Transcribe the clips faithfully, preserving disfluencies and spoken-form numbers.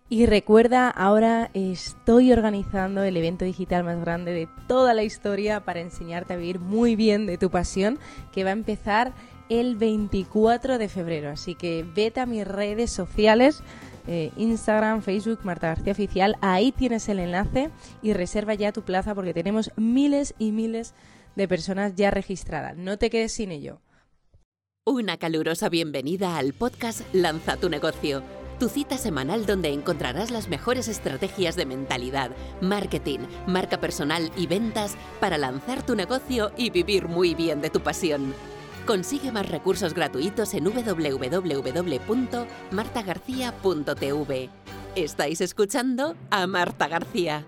Y recuerda, ahora estoy organizando el evento digital más grande de toda la historia para enseñarte a vivir muy bien de tu pasión, que va a empezar el veinticuatro de febrero. Así que vete a mis redes sociales, eh, Instagram, Facebook, Marta García Oficial. Ahí tienes el enlace y reserva ya tu plaza porque tenemos miles y miles de personas ya registradas. No te quedes sin ello. Una calurosa bienvenida al podcast Lanza tu negocio. Tu cita semanal donde encontrarás las mejores estrategias de mentalidad, marketing, marca personal y ventas para lanzar tu negocio y vivir muy bien de tu pasión. Consigue más recursos gratuitos en doble u doble u doble u punto marta garcía punto t v. ¿Estáis escuchando a Marta García?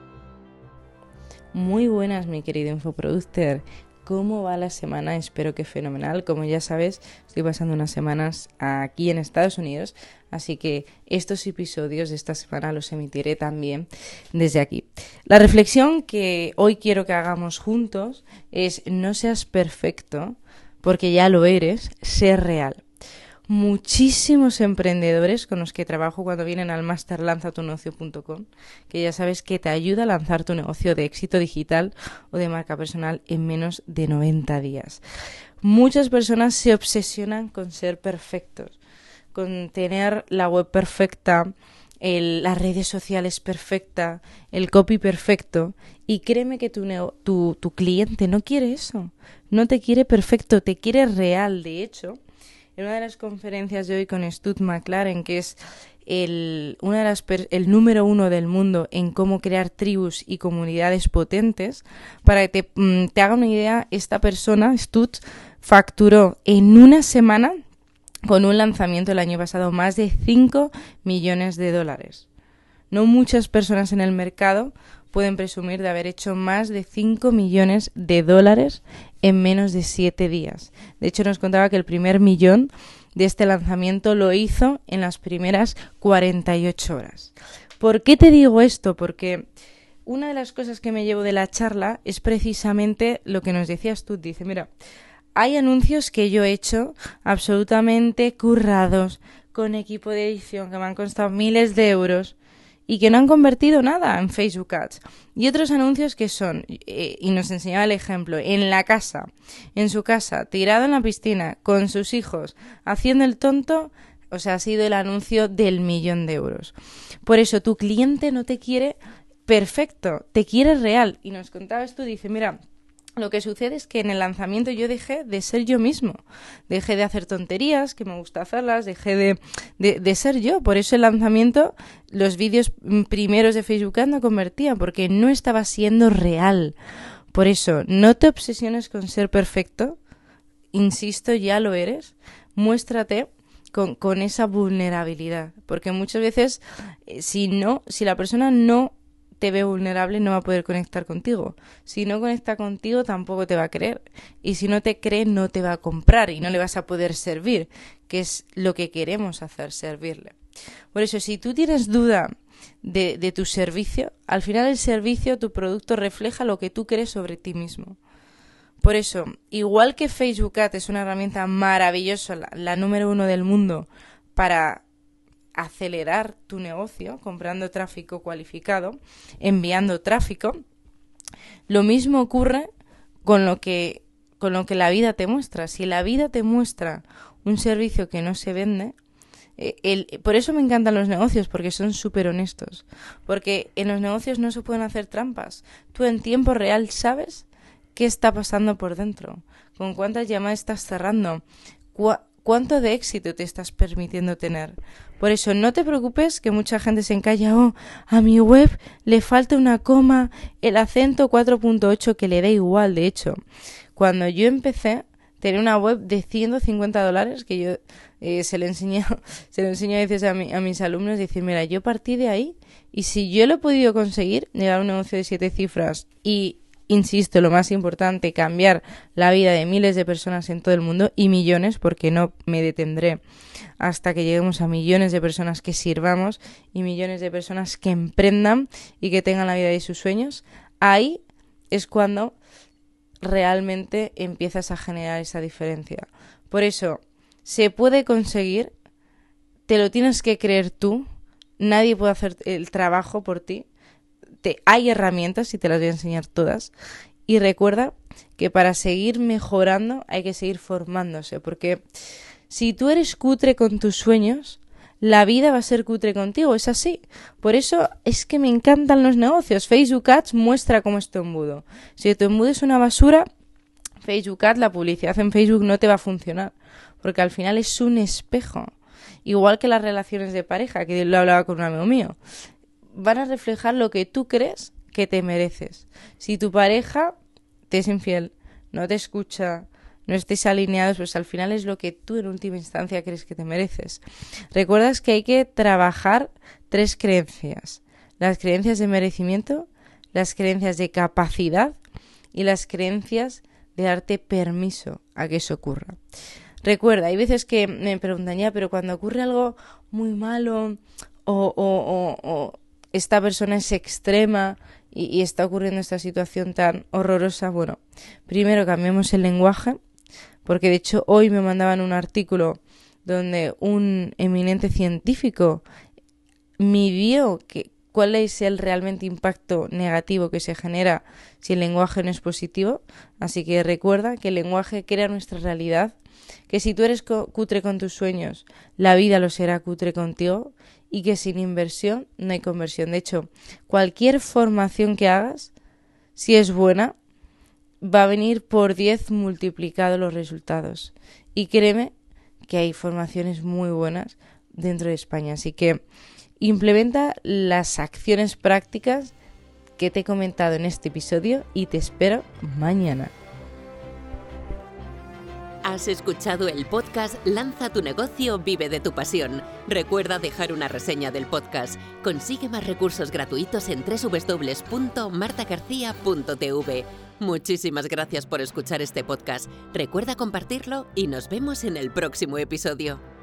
Muy buenas, mi querido infoproductor. ¿Cómo va la semana? Espero que fenomenal. Como ya sabes, estoy pasando unas semanas aquí en Estados Unidos, así que estos episodios de esta semana los emitiré también desde aquí. La reflexión que hoy quiero que hagamos juntos es: no seas perfecto, porque ya lo eres, sé real. Muchísimos emprendedores con los que trabajo cuando vienen al máster lanza tu negocio punto com, que ya sabes que te ayuda a lanzar tu negocio de éxito digital o de marca personal en menos de noventa días. Muchas personas se obsesionan con ser perfectos, con tener la web perfecta, el, las redes sociales perfecta, el copy perfecto, y créeme que tu, neo, tu, tu cliente no quiere eso, no te quiere perfecto, te quiere real. De hecho, en una de las conferencias de hoy con Stuart McLaren, que es el, una de las per, el número uno del mundo en cómo crear tribus y comunidades potentes, para que te, te haga una idea, esta persona, Stuart, facturó en una semana, con un lanzamiento el año pasado, más de cinco millones de dólares. No muchas personas en el mercado pueden presumir de haber hecho más de cinco millones de dólares en menos de siete días. De hecho, nos contaba que el primer millón de este lanzamiento lo hizo en las primeras cuarenta y ocho horas. ¿Por qué te digo esto? Porque una de las cosas que me llevo de la charla es precisamente lo que nos decías tú. Dice, mira, hay anuncios que yo he hecho absolutamente currados, con equipo de edición, que me han costado miles de euros, y que no han convertido nada en Facebook Ads. Y otros anuncios que son, eh, y nos enseñaba el ejemplo, en la casa, en su casa, tirado en la piscina, con sus hijos, haciendo el tonto, o sea, ha sido el anuncio del millón de euros. Por eso, tu cliente no te quiere perfecto, te quiere real. Y nos contabas tú, dice, mira, lo que sucede es que en el lanzamiento yo dejé de ser yo mismo, dejé de hacer tonterías, que me gusta hacerlas, dejé de, de, de ser yo. Por eso el lanzamiento, los vídeos primeros de Facebook Ads no convertían, porque no estaba siendo real. Por eso, no te obsesiones con ser perfecto, insisto, ya lo eres, muéstrate con, con esa vulnerabilidad, porque muchas veces, si no, si la persona no te ve vulnerable, no va a poder conectar contigo. Si no conecta contigo, tampoco te va a creer. Y si no te cree, no te va a comprar y no le vas a poder servir, que es lo que queremos hacer, servirle. Por eso, si tú tienes duda de, de tu servicio, al final el servicio, tu producto, refleja lo que tú crees sobre ti mismo. Por eso, igual que Facebook Ads es una herramienta maravillosa, la, la número uno del mundo, para acelerar tu negocio, comprando tráfico cualificado, enviando tráfico, lo mismo ocurre con lo que, con lo que la vida te muestra. Si la vida te muestra un servicio que no se vende, eh, el, por eso me encantan los negocios, porque son súper honestos, porque en los negocios no se pueden hacer trampas. Tú en tiempo real sabes qué está pasando por dentro, con cuántas llamadas estás cerrando, cu- cuánto de éxito te estás permitiendo tener. Por eso, no te preocupes que mucha gente se encalla. Oh, a mi web le falta una coma, el acento cuatro punto ocho, que le da igual. De hecho, cuando yo empecé, tenía una web de ciento cincuenta dólares, que yo eh, se le enseño, se lo enseño a veces a, mi, a mis alumnos, decir, mira, yo partí de ahí, y si yo lo he podido conseguir, llegar a un negocio de siete cifras y, insisto, lo más importante, cambiar la vida de miles de personas en todo el mundo y millones, porque no me detendré hasta que lleguemos a millones de personas que sirvamos y millones de personas que emprendan y que tengan la vida de sus sueños, ahí es cuando realmente empiezas a generar esa diferencia. Por eso, se puede conseguir, te lo tienes que creer tú, nadie puede hacer el trabajo por ti. Te, hay herramientas y te las voy a enseñar todas. Y recuerda que para seguir mejorando hay que seguir formándose, porque si tú eres cutre con tus sueños, la vida va a ser cutre contigo, es así. Por eso es que me encantan los negocios. Facebook Ads muestra cómo es tu embudo. Si tu embudo es una basura, Facebook Ads, la publicidad en Facebook no te va a funcionar, porque al final es un espejo. Igual que las relaciones de pareja, que lo hablaba con un amigo mío, van a reflejar lo que tú crees que te mereces. Si tu pareja te es infiel, no te escucha, no estéis alineados, pues al final es lo que tú en última instancia crees que te mereces. Recuerdas que hay que trabajar tres creencias: las creencias de merecimiento, las creencias de capacidad y las creencias de darte permiso a que eso ocurra. Recuerda, hay veces que me preguntan, ya, pero cuando ocurre algo muy malo o, o, o, o esta persona es extrema y, y está ocurriendo esta situación tan horrorosa, bueno, primero cambiemos el lenguaje, porque de hecho hoy me mandaban un artículo donde un eminente científico midió que, cuál es el realmente impacto negativo que se genera si el lenguaje no es positivo. Así que recuerda que el lenguaje crea nuestra realidad, que si tú eres co- cutre con tus sueños, la vida lo será cutre contigo, y que sin inversión no hay conversión. De hecho, cualquier formación que hagas, si es buena, va a venir por diez multiplicado los resultados. Y créeme que hay formaciones muy buenas dentro de España. Así que implementa las acciones prácticas que te he comentado en este episodio y te espero mañana. Has escuchado el podcast Lanza tu negocio, vive de tu pasión. Recuerda dejar una reseña del podcast. Consigue más recursos gratuitos en doble u doble u doble u punto marta garcía punto t v. Muchísimas gracias por escuchar este podcast. Recuerda compartirlo y nos vemos en el próximo episodio.